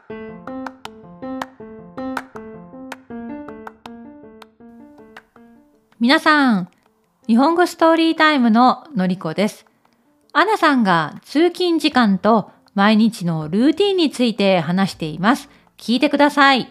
皆さん、日本語ストーリータイムののりこです。アナさんが通勤時間と毎日のルーティンについて話しています。聞いてください。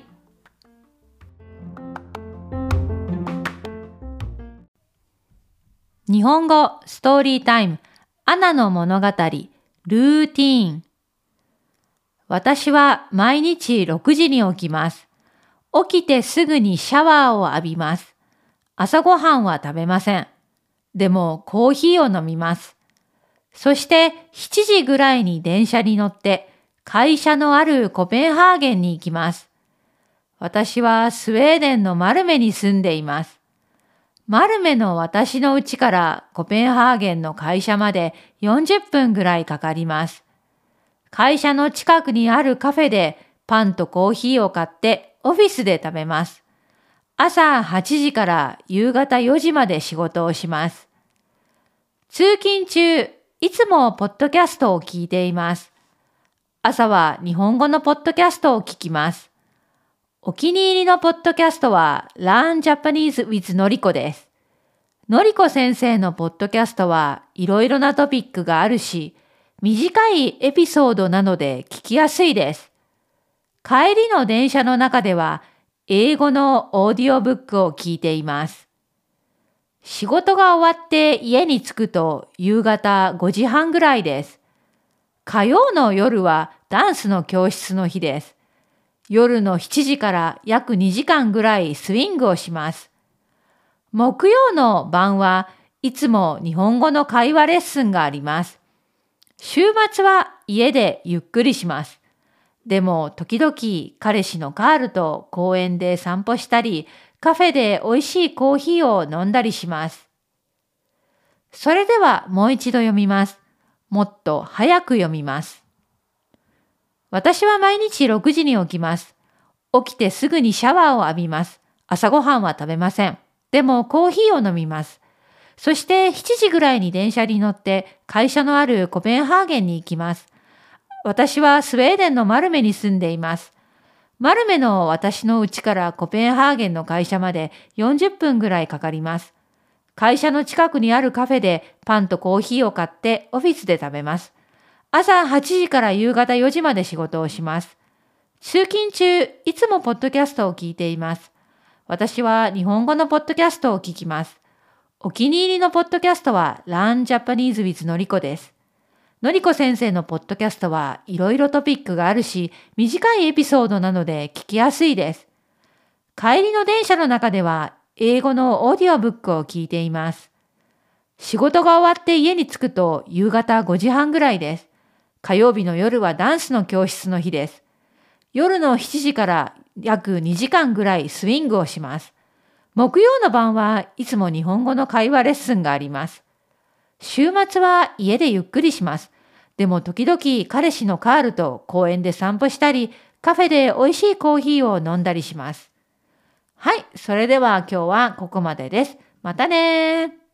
日本語ストーリータイム、アナの物語、ルーティーン。私は毎日6時に起きます。起きてすぐにシャワーを浴びます。朝ごはんは食べません。でもコーヒーを飲みます。そして7時ぐらいに電車に乗って会社のあるコペンハーゲンに行きます。私はスウェーデンのマルメに住んでいます。マルメの私の家からコペンハーゲンの会社まで40分ぐらいかかります。会社の近くにあるカフェでパンとコーヒーを買ってオフィスで食べます。朝8時から夕方4時まで仕事をします。通勤中、いつもポッドキャストを聞いています。朝は日本語のポッドキャストを聞きます。お気に入りのポッドキャストは Learn Japanese with のりこです。のりこ先生のポッドキャストはいろいろなトピックがあるし、短いエピソードなので聞きやすいです。帰りの電車の中では英語のオーディオブックを聞いています。仕事が終わって家に着くと夕方5時半ぐらいです。火曜の夜はダンスの教室の日です。夜の7時から約2時間ぐらいスイングをします。木曜の晩はいつも日本語の会話レッスンがあります。週末は家でゆっくりします。でも時々彼氏のカールと公園で散歩したり、カフェで美味しいコーヒーを飲んだりします。それではもう一度読みます。もっと早く読みます。私は毎日6時に起きます。起きてすぐにシャワーを浴びます。朝ごはんは食べません。でもコーヒーを飲みます。そして7時ぐらいに電車に乗って会社のあるコペンハーゲンに行きます。私はスウェーデンのマルメに住んでいます。マルメの私の家からコペンハーゲンの会社まで40分ぐらいかかります。会社の近くにあるカフェでパンとコーヒーを買ってオフィスで食べます。朝8時から夕方4時まで仕事をします。通勤中、いつもポッドキャストを聞いています。私は日本語のポッドキャストを聞きます。お気に入りのポッドキャストは Learn Japanese with のりこです。のりこ先生のポッドキャストはいろいろトピックがあるし、短いエピソードなので聞きやすいです。帰りの電車の中では英語のオーディオブックを聞いています。仕事が終わって家に着くと夕方5時半ぐらいです。火曜日の夜はダンスの教室の日です。夜の7時から約2時間ぐらいスイングをします。木曜の晩はいつも日本語の会話レッスンがあります。週末は家でゆっくりします。でも時々彼氏のカールと公園で散歩したり、カフェで美味しいコーヒーを飲んだりします。はい、それでは今日はここまでです。またねー。